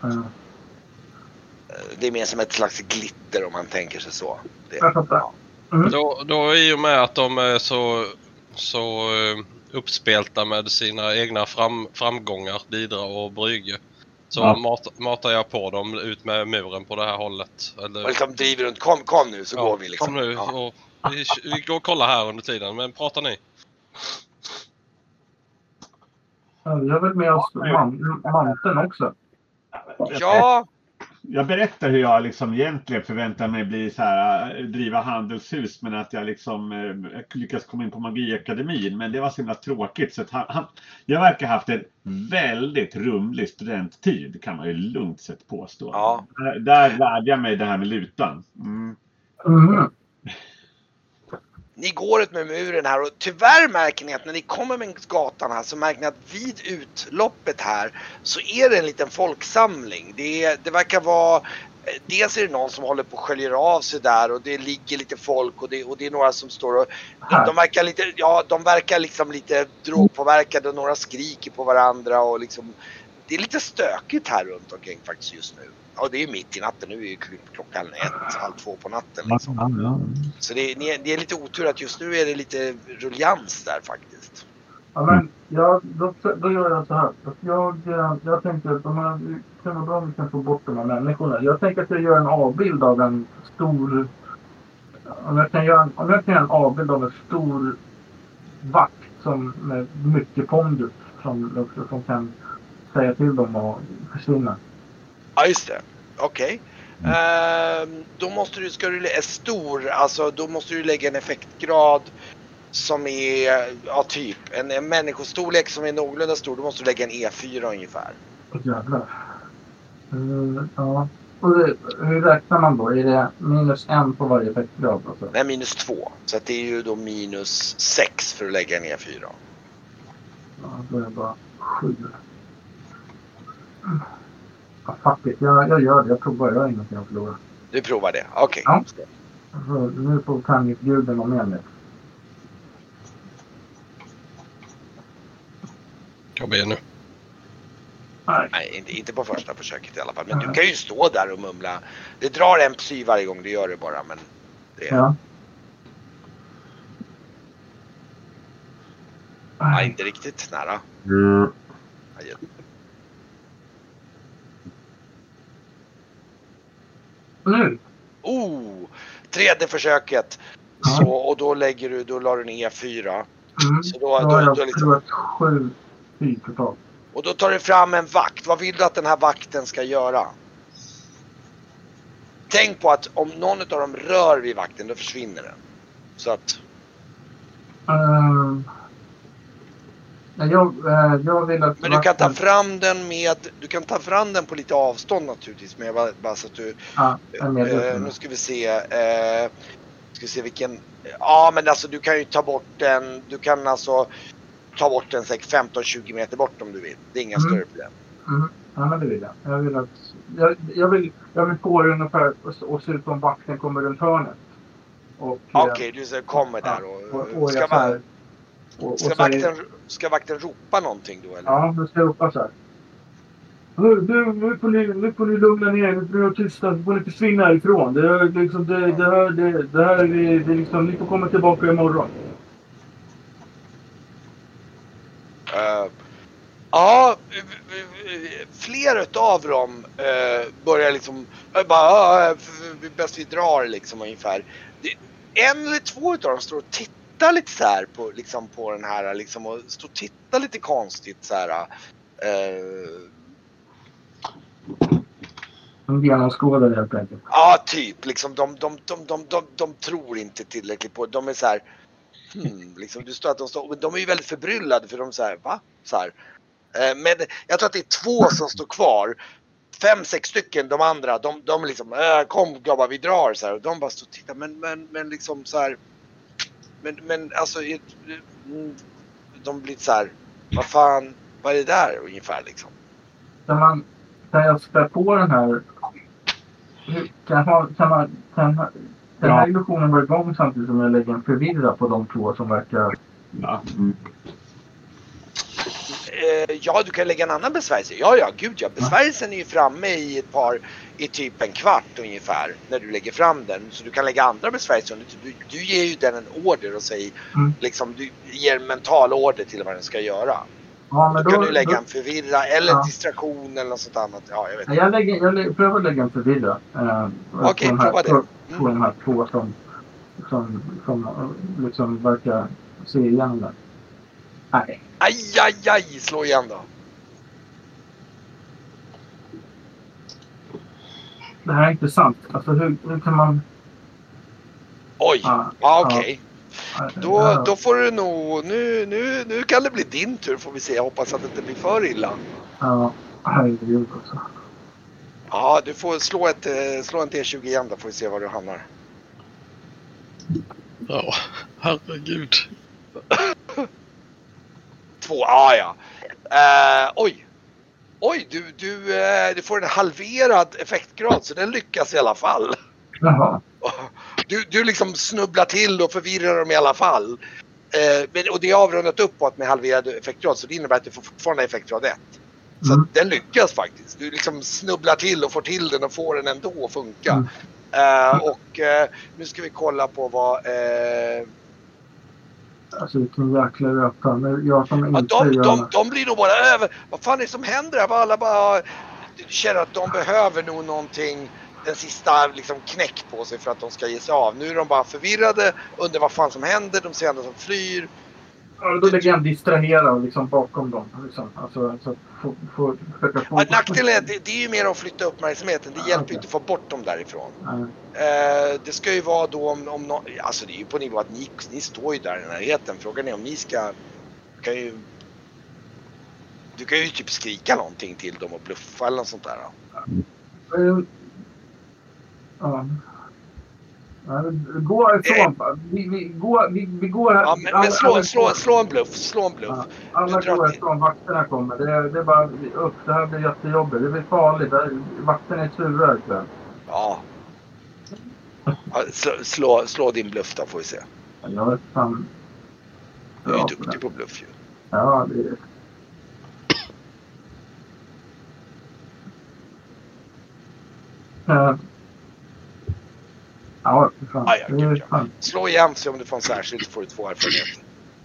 Det är mer som ett slags glitter om man tänker sig så. Jag fattar. Mm. Då i och med att de är så uppspelta med sina egna framgångar, Didra och Brygge, så matar jag på dem ut med muren på det här hållet. Eller... Och liksom driver runt, kom nu så går vi liksom. Kom nu, och vi går och kollar här under tiden, men pratar ni? Jag vill med oss manteln också. Ja. Jag berättar hur jag liksom egentligen förväntar mig bli så här, driva handelshus, men att jag liksom lyckas komma in på Magiakademin, men det var så himla tråkigt så att jag verkar haft en väldigt rumlig studenttid, kan man ju lugnt sett påstå. Ja. Där lärde jag mig det här med lutan. Ni går ut med muren här och tyvärr märker ni att när ni kommer med gatan här så märker ni att vid utloppet här så är det en liten folksamling. Det verkar vara, dels är det någon som håller på att sköljer av sig där och det ligger lite folk och det är några som står och de verkar liksom lite drogpåverkade och några skriker på varandra och liksom det är lite stökigt här runt omkring faktiskt just nu. Ja, det är mitt i natten. Nu är ju klockan 1:30 på natten liksom. Så det är lite otur att just nu är det lite ruljans där faktiskt. Ja, men då gör jag så här. Jag tänkte att det kan vara bra om vi kan få bort de här människorna. Jag tänker att jag gör en avbild av en stor... Om jag kan göra en avbild av en stor vakt som med mycket pondus som kan säga till dem att försvinna. Ja, just det. Okej. Då måste då måste du lägga en effektgrad som är typ en människostorlek som är någorlunda stor. Då måste du lägga en E4 ungefär. Jävlar. Ja. Och hur räknar man då? Är det -1 på varje effektgrad? Alltså? Nej, -2. Så att det är ju då -6 för att lägga en E4. Ja, då är det bara 7. Ja, fuck it. Jag gör det. Jag provar. Jag har ingenting att förlora. Du provar det? Okej. Ja. Nu får tangentguden vara med mig. Kom igen nu. Nej, inte på första försöket i alla fall. Men du kan ju stå där och mumla. Det drar en psy varje gång du gör det bara. Men det... Ja. Inte riktigt nära. Nu. Tredje försöket. Så, och då la du ner 4. Så då liksom... 7 totalt. Och då tar du fram en vakt. Vad vill du att den här vakten ska göra? Tänk på att om någon av dem rör vid vakten, då försvinner den. Så att... jag vill att... Men du kan ta fram den du kan ta fram den på lite avstånd naturligtvis. Men bara så att du... nu ska vi se vilken... Ja, men alltså du kan ju ta bort den. Du kan alltså ta bort den 15-20 meter bort om du vill. Det är inga större problem. Ja, men det vill jag. Jag vill få det ungefär och se ut som vakten kommer runt hörnet. Okej, du kommer där och ska vakten ropa någonting då eller? Ja, du ska ropa så här. Nu får ni lugna ner, nu får ni tysta, nu får ni försvinna ifrån. Det här är liksom, ni får komma tillbaka imorgon. Ja, flera av dem börjar liksom bäst vi drar liksom ungefär. En eller två av dem står och tittar lite så här på den här liksom och står och tittar lite konstigt så här. De genomskådar helt enkelt. Ja, typ liksom de tror inte tillräckligt på det. De är så här liksom du står att de är ju väldigt förbryllade för de så här, va? Så här. Men jag tror att det är 2 som står kvar. 5-6 stycken, de andra, de liksom kom grabbar, vi drar så här. Och de bara står och tittar, men liksom så här, Men alltså, de blir så här, vad fan, vad är det där ungefär liksom? Kan jag spä på den här? Kan den här illusionen vara igång samtidigt som jag lägger en förvirra på de två som verkar... Ja. Ja, du kan lägga en annan besvärjelse. Ja, gud ja. Besvärjelsen är ju framme i typ en kvart ungefär när du lägger fram den. Så du kan lägga andra besvärjelser. Du ger ju den en order och säger liksom, du ger en mental order till vad den ska göra. Ja, men då kan du lägga en förvirra eller en distraktion eller något sånt annat. Ja, jag vet. Jag prövar lägga en förvirra. Okej, pröva det. På de här två som liksom verkar se igenom den. Nej. Aj, slå igen då. Det här är inte sant. Alltså hur kan man... Oj, okej. Då får du nog... Nu kan det bli din tur, får vi se. Jag hoppas att det inte blir för illa. Ja, herregud också. Ja, du får slå en T20 igen då, får vi se var du hamnar. Ja, herregud. 2, ja. Oj, du får en halverad effektgrad, så den lyckas i alla fall. Jaha. Du liksom snubblar till och förvirrar dem i alla fall. Och det är avrundat uppåt med halverad effektgrad, så det innebär att du får fortfarande effektgrad 1. Så den lyckas faktiskt. Du liksom snubblar till och får till den och får den ändå att funka. Nu ska vi kolla på vad... Alltså vilken jäkla röta. Jag som inte de blir nog bara över. Vad fan är det som händer här? Alla bara... Du känner att de behöver nog någonting, den sista liksom knäck på sig för att de ska ge sig av. Nu är de bara förvirrade, undrar vad fan som händer. De ser andra som flyr. Ja, då lägger jag distrahera liksom bakom dem. Liksom. Alltså få nackdelen är det är ju mer att flytta uppmärksamheten. Det hjälper ju inte att få bort dem därifrån. Det ska ju vara då om alltså det är ju på nivå att ni står ju där i närheten. Frågan är om ni ska... Du kan ju typ skrika någonting till dem och bluffa eller något sånt där. Gå ifrån. Vi går här. Ja, men slå en bluff. Ja, alla går ifrån, vakterna kommer. Det är bara upp. Det här blir jättejobbigt. Det blir farligt. Vakterna är sura ikväll. Ja. Slå din bluff då, får vi se. Jag vet fan. Du är ju duktig på bluff ju. Ja, det är... Ja, fan. Slå igen, så om du får en särskild får du 2 erfarenheter.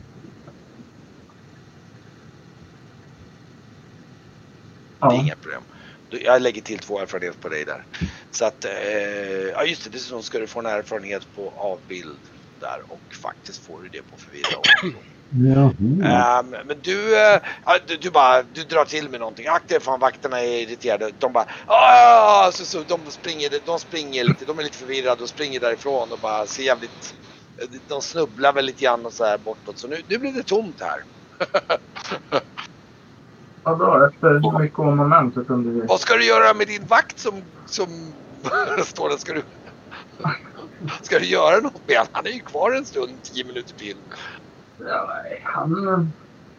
Det är inga problem. Jag lägger till 2 erfarenheter på dig där. Så att, ja just det, dessutom ska du få en erfarenhet på avbild där och faktiskt får du det på förvirra också. Men du drar till med någonting. Akter fan, vakterna är irriterade. De bara så de springer lite. De är lite förvirrade och springer därifrån och bara ser jävligt. De snubblar väl lite grann och så här bortåt. Så nu blir det tomt här. Ja, bra. Efter mycket om momentet under det. Vad ska du göra med din vakt som står där? Ska du göra något med han? Han är ju kvar en stund, 10 minuter till. Ja, han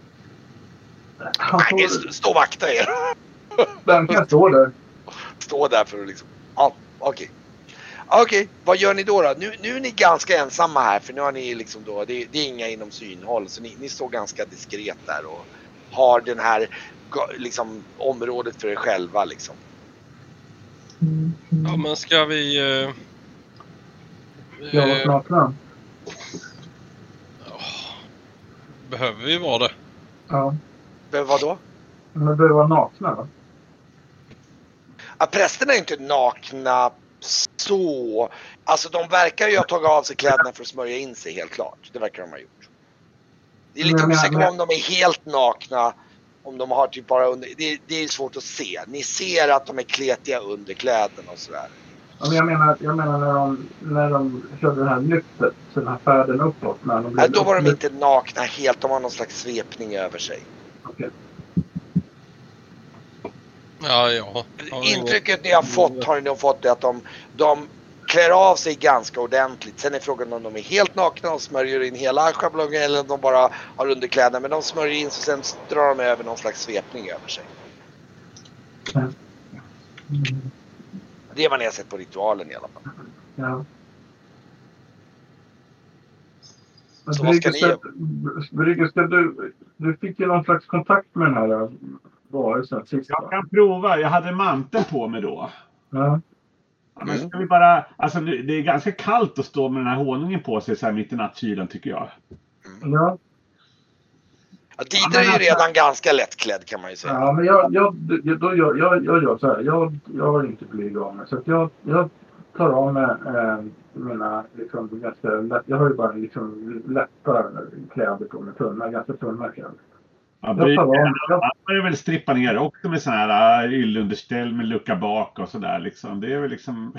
nej, stå vakta er. Den kan stå där. Stå där för att liksom... Ja, okej, vad gör ni då? Nu är ni ganska ensamma här, för nu har ni liksom då... Det är inga inom synhåll, så ni står ganska diskret där och har den här liksom området för er själva liksom. Ja, men ska vi... Jag var nakna. Behöver vi vara det? Ja. Vad då? Men behöver vara nakna va? Ja, prästerna är inte nakna så... Alltså de verkar ju ha tagit av sig kläderna för att smörja in sig, helt klart. Det verkar de ha gjort. Det är lite osäkert om de är helt nakna. Om de har typ bara under... Det är svårt att se. Ni ser att de är kletiga under kläderna och sådär. Ja, men jag menar när de körde det här lyftet, så den här färden uppåt. När då var de inte nakna helt. De har någon slags svepning över sig. Okay. Ja. Intrycket ni har fått har ni fått det att de klär av sig ganska ordentligt. Sen är frågan om de är helt nakna och smörjer in hela schablongen eller om de bara har underkläder. Men de smörjer in så sen drar de över någon slags svepning över sig. Det är vad ni har sett på ritualen i alla fall. Ja. Så vad ska ni göra? Bryggerska, du fick ju någon slags kontakt med den här varelsen sist. Jag kan prova. Jag hade manteln på mig då. Ja. Men ska vi bara, alltså det är ganska kallt att stå med den här honungen på sig så här mitt i nattkylan tycker jag. Ja. Ja, Didra är ju redan ganska lättklädd kan man ju säga. Ja, men jag gör så här. Jag har inte blyg av mig. Så att jag tar av mig mina liksom ganska lätt. Jag har ju bara liksom lätta kläder på mig. Ganska tunna kläder. Ja, man är väl strippa ner också med sån här yllunderställ med lucka bak och sådär liksom. Det är väl liksom...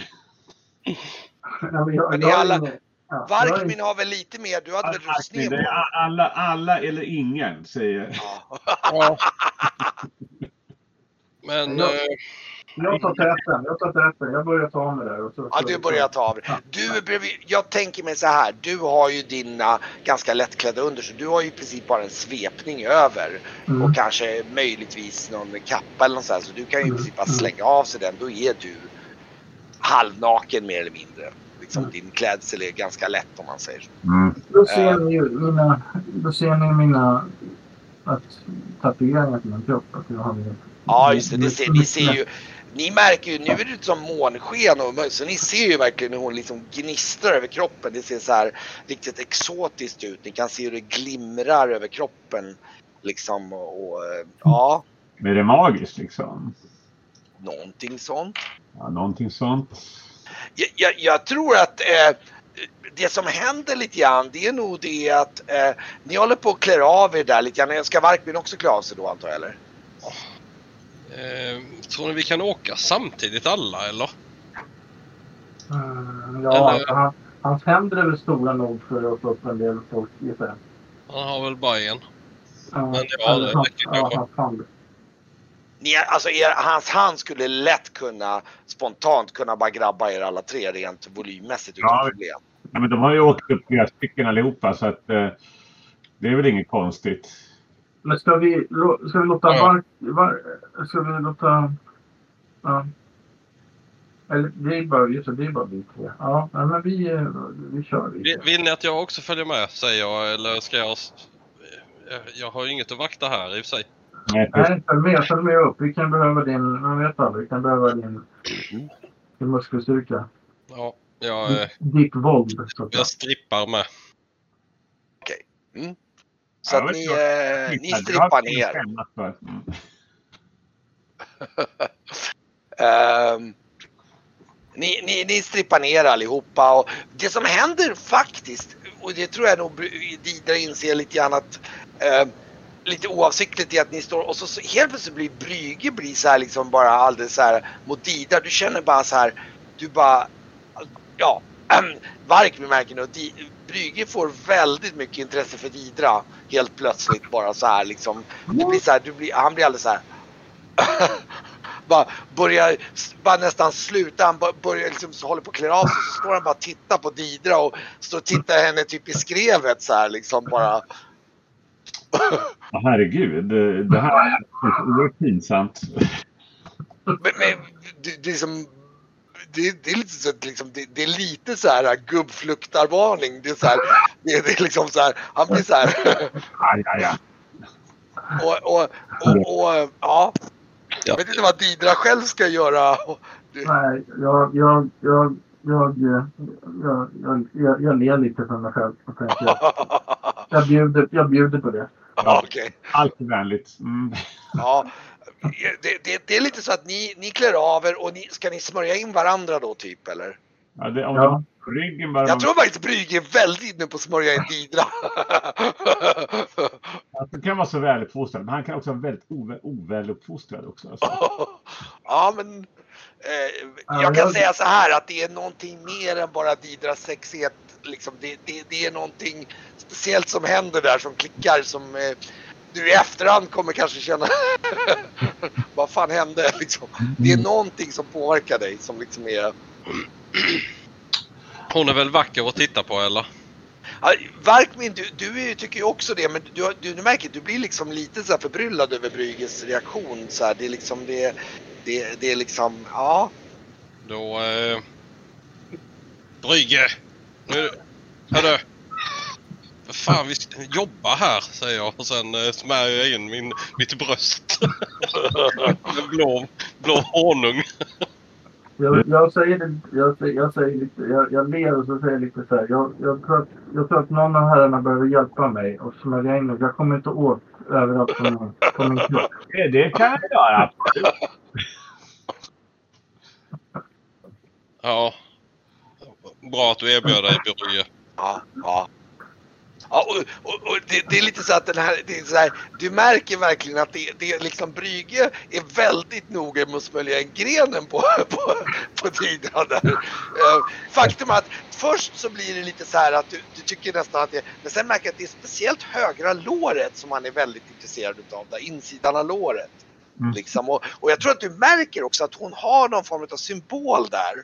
Varkmin har väl lite mer, du hade väl rustning på? Alla eller ingen säger. Ja. Men... Jag tar täten. Jag börjar ta av mig där. Ja, du börjar ta av det. Jag tänker mig så här. Du har ju dina ganska lättklädda under. Så du har ju i princip bara en svepning över. Och kanske möjligtvis någon kappa eller något sånt. Så du kan ju i princip bara slänga av sig den. Då är du halvnaken mer eller mindre. Liksom din klädsel är ganska lätt om man säger så. Då ser ni mina tatueringar på min kropp. Ja, just det. Ni ser ju... Ni märker ju, nu är det som månsken och så ni ser ju verkligen hur hon liksom gnistrar över kroppen. Det ser så här riktigt exotiskt ut. Ni kan se hur det glimrar över kroppen liksom och ja. Men är det magiskt liksom? Någonting sånt. Ja, någonting sånt. Jag tror att det som händer lite grann, det är nog det att ni håller på att klä av er där lite grann. Ska Varkmin också klä av sig då antar jag eller? Tror ni vi kan åka samtidigt alla eller? Ja, eller? Hans händer är väl stora nog för att få upp en del folk i sig. Han har väl bara en. Men det hans hand skulle lätt spontant kunna bara grabba er alla tre rent volymmässigt utan problem. Ja, men de har ju åkt upp flera stycken allihopa så att det är väl inget konstigt. Men ska vi låta ska vi låta eller det är bara vi tre. Ja, men vi kör. Vill ni att jag också följer med säger jag eller ska jag har ju inget att vakta här i och för sig. Nej, följ med upp. Vi kan behöva vi kan behöva din muskelstyrka. Ja, ditt våld. Jag strippar med. Okej. Så att ni strippar ner. Ni strippar ner allihopa och det som händer faktiskt, och det tror jag nog Didra inser lite grann att lite oavsiktligt är att ni står och så helt plötsligt blir Brygge så här liksom bara alldeles så här mot Didra. Du känner bara så här, du bara Varkmin märker nu Brygge får väldigt mycket intresse för Didra helt plötsligt bara så här liksom. Det blir så här, han blir alldeles så här bara nästan sluta. Han börjar liksom så håller på att klä av sig så står han bara och tittar på Didra och står och tittar henne typ i skrevet så här liksom bara. Herregud, det här är oerhört pinsamt. Men det är lite så liksom, det är lite så här gubbfluktarvarning. Det är så här, det är liksom så här, han blir så här. Ja. Och ja. Jag vet inte vad Didra själv ska göra. Nej, jag ler lite för mig själv. Jag bjuder på det. Ja, okej. Allt är vänligt. Ja, det är lite så att ni klär av er och ska ni smörja in varandra då typ eller? Ja, ryggen bara. Jag tror faktiskt Brygge är väldigt inne på att smörja in Didra. Han kan vara så väluppfostrad, men han kan också vara väldigt oväluppfostrad också. Alltså. Ja, men jag kan säga så här att det är någonting mer än bara Didras sexighet. Liksom, det är någonting speciellt som händer där som klickar som du i efterhand kommer kanske känna vad fan hände liksom. Det är någonting som påverkar dig som liksom är Hon är väl vacker att titta på, eller? Ja, Varkmin, du tycker ju också det, men du märker att du blir liksom lite så här förbryllad över Brygges reaktion. Så här, det är liksom, det är liksom, ja. Då, Brygge! Nu, hörru! För fan, vi jobbar här, säger jag. Och sen smär jag in mitt bröst. En blå honung. Jag säger lite, jag ler och så säger jag lite så här. Jag tror att någon av herrarna behöver hjälpa mig och smörja in. Jag kommer inte åt överallt på min kropp. Det kan jag göra. Ja. Bra att du erbjöd dig, Brygge. Ja. Ja, och det är lite så att det är så här, du märker verkligen att det är liksom Brygge är väldigt noga med att smölja in grenen på Didra där. Faktum är att först så blir det lite så här att du tycker nästan att men sen märker jag att det är speciellt högra låret som han är väldigt intresserad utav, där insidan av låret. Liksom. Och jag tror att du märker också att hon har någon form av symbol där.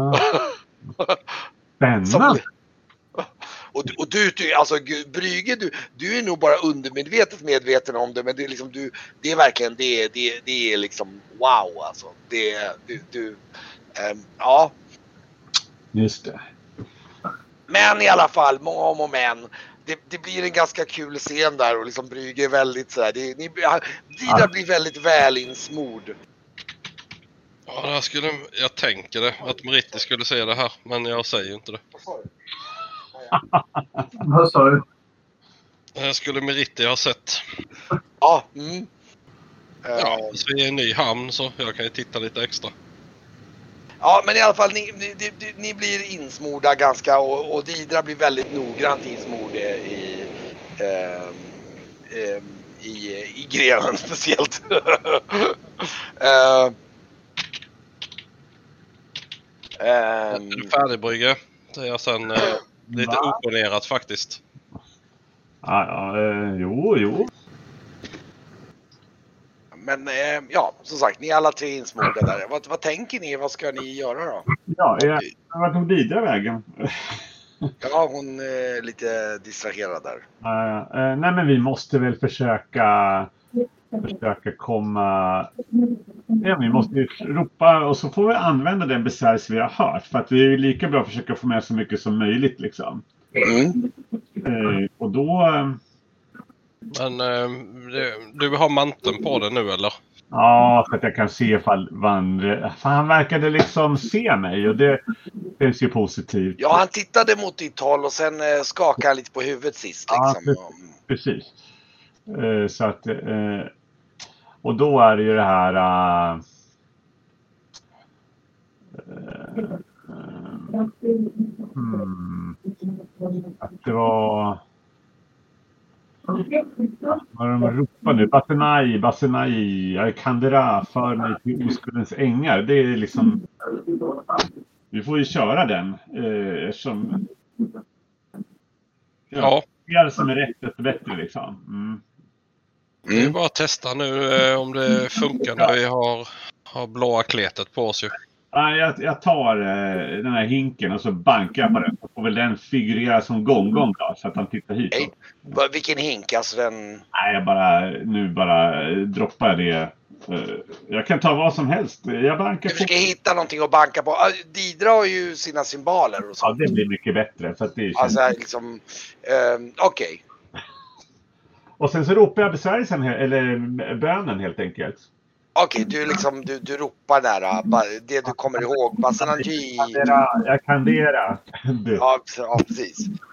Spännande. Och du alltså Brygge, du är nog bara undermedvetet medveten om det, men det är liksom det är verkligen det är liksom wow alltså. Ja. Just det. Men i alla fall, många om och men. Det blir en ganska kul scen där och liksom Brygge är väldigt så här, Didra blir väldigt välinsmord. Ja, jag tänker det, att Meritti skulle säga det här, men jag säger inte det. Vad sa du? Det skulle Meritti ha sett. Ja, Ja, så vi är i en ny hamn så jag kan ju titta lite extra. Ja, men i alla fall ni blir insmorda ganska och Didra blir väldigt noggrant insmord i grenen speciellt. Färdig, Brygge. Det är sen lite opponerat faktiskt. Jo. Men ja, som sagt, ni är alla tre insmorda där. Vad tänker ni? Vad ska ni göra då? Ja, vad tog Didra vägen? Ja, hon är lite distraherad där. Nej, men vi måste väl försöka komma... Ja, vi måste ju ropa och så får vi använda den besvärjelse vi har hört. För att vi är ju lika bra att försöka få med så mycket som möjligt liksom. Och då... Men du har manteln på det nu, eller? Ja, för att jag kan se ifall han verkade liksom se mig och det känns ju positivt. Ja, han tittade mot ditt håll och sen skakade han lite på huvudet sist. Liksom. Ja, precis. Så att... Och då är det ju det här... att det var... Vad de ropar nu? Basenai, Kandera för mig till oskuldens ängar. Det är liksom... Vi får ju köra den. Eftersom... Ja. Det som är rätt och bättre liksom. Det är bara att testa nu om det funkar när vi har blåa kletet på oss ju. Jag tar den här hinken och så bankar jag på den. Så får väl den figurera som gång då, så att han tittar hit. Vilken hink? Alltså den... Nej, jag bara droppar det. Jag kan ta vad som helst. Jag bankar du försöker hitta någonting att banka på. Didra har ju sina symboler och så. Ja, det blir mycket bättre. Så att det alltså liksom... Okej. Och sen så ropar jag besvärjelsen eller bönen helt enkelt. Okej, du ropar där. Det du kommer ihåg. Basenanji. Jag kandera. Ja, precis.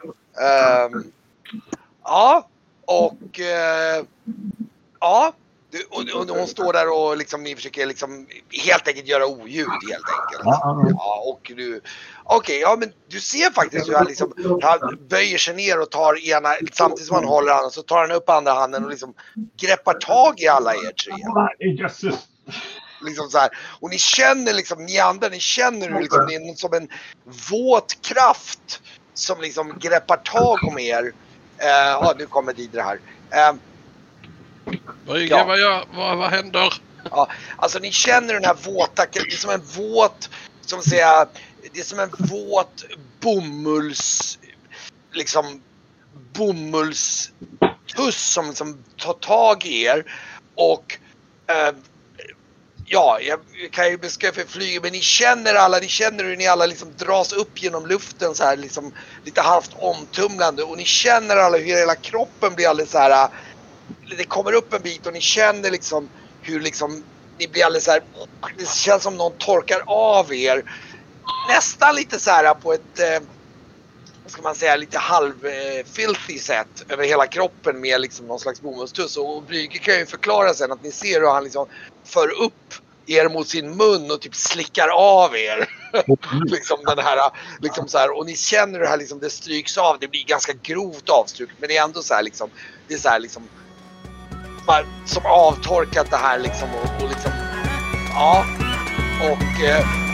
Ja, och... ja. Och hon står där och liksom, ni försöker liksom helt enkelt göra oljud helt enkelt. Ja, och du... Okej, ja men du ser faktiskt hur han böjer sig ner och tar ena, samtidigt som han håller handen så tar han upp andra handen och liksom greppar tag i alla er tre. Jesus. Liksom så här. Och ni känner liksom, ni andra, ni känner hur liksom, det är som en våt kraft som liksom greppar tag om er. Ja, nu kommer Didra här. Vad händer? Ja, alltså ni känner den här våta, det är som en våt, som säga, det är som en våt bomullstuss som liksom tar tag i er och ja, jag kan ju beskriva för flyget, men ni känner hur ni alla liksom dras upp genom luften så här liksom lite halvt omtumlande, och ni känner alla hur hela kroppen blir alldeles så här, det kommer upp en bit och ni känner liksom hur liksom ni blir alldeles så här, det känns som någon torkar av er nästan lite så här på ett vad ska man säga, lite halv-filthy sätt över hela kroppen med liksom någon slags bomullstuss. Och Brygge kan ju förklara sen att ni ser hur han liksom för upp er mot sin mun och typ slickar av er. Liksom den här, liksom så här, och ni känner det här liksom, det stryks av, det blir ganska grovt avstryk, men det är ändå så här liksom, det är så här liksom bara som avtorkat det här liksom och liksom, ja, och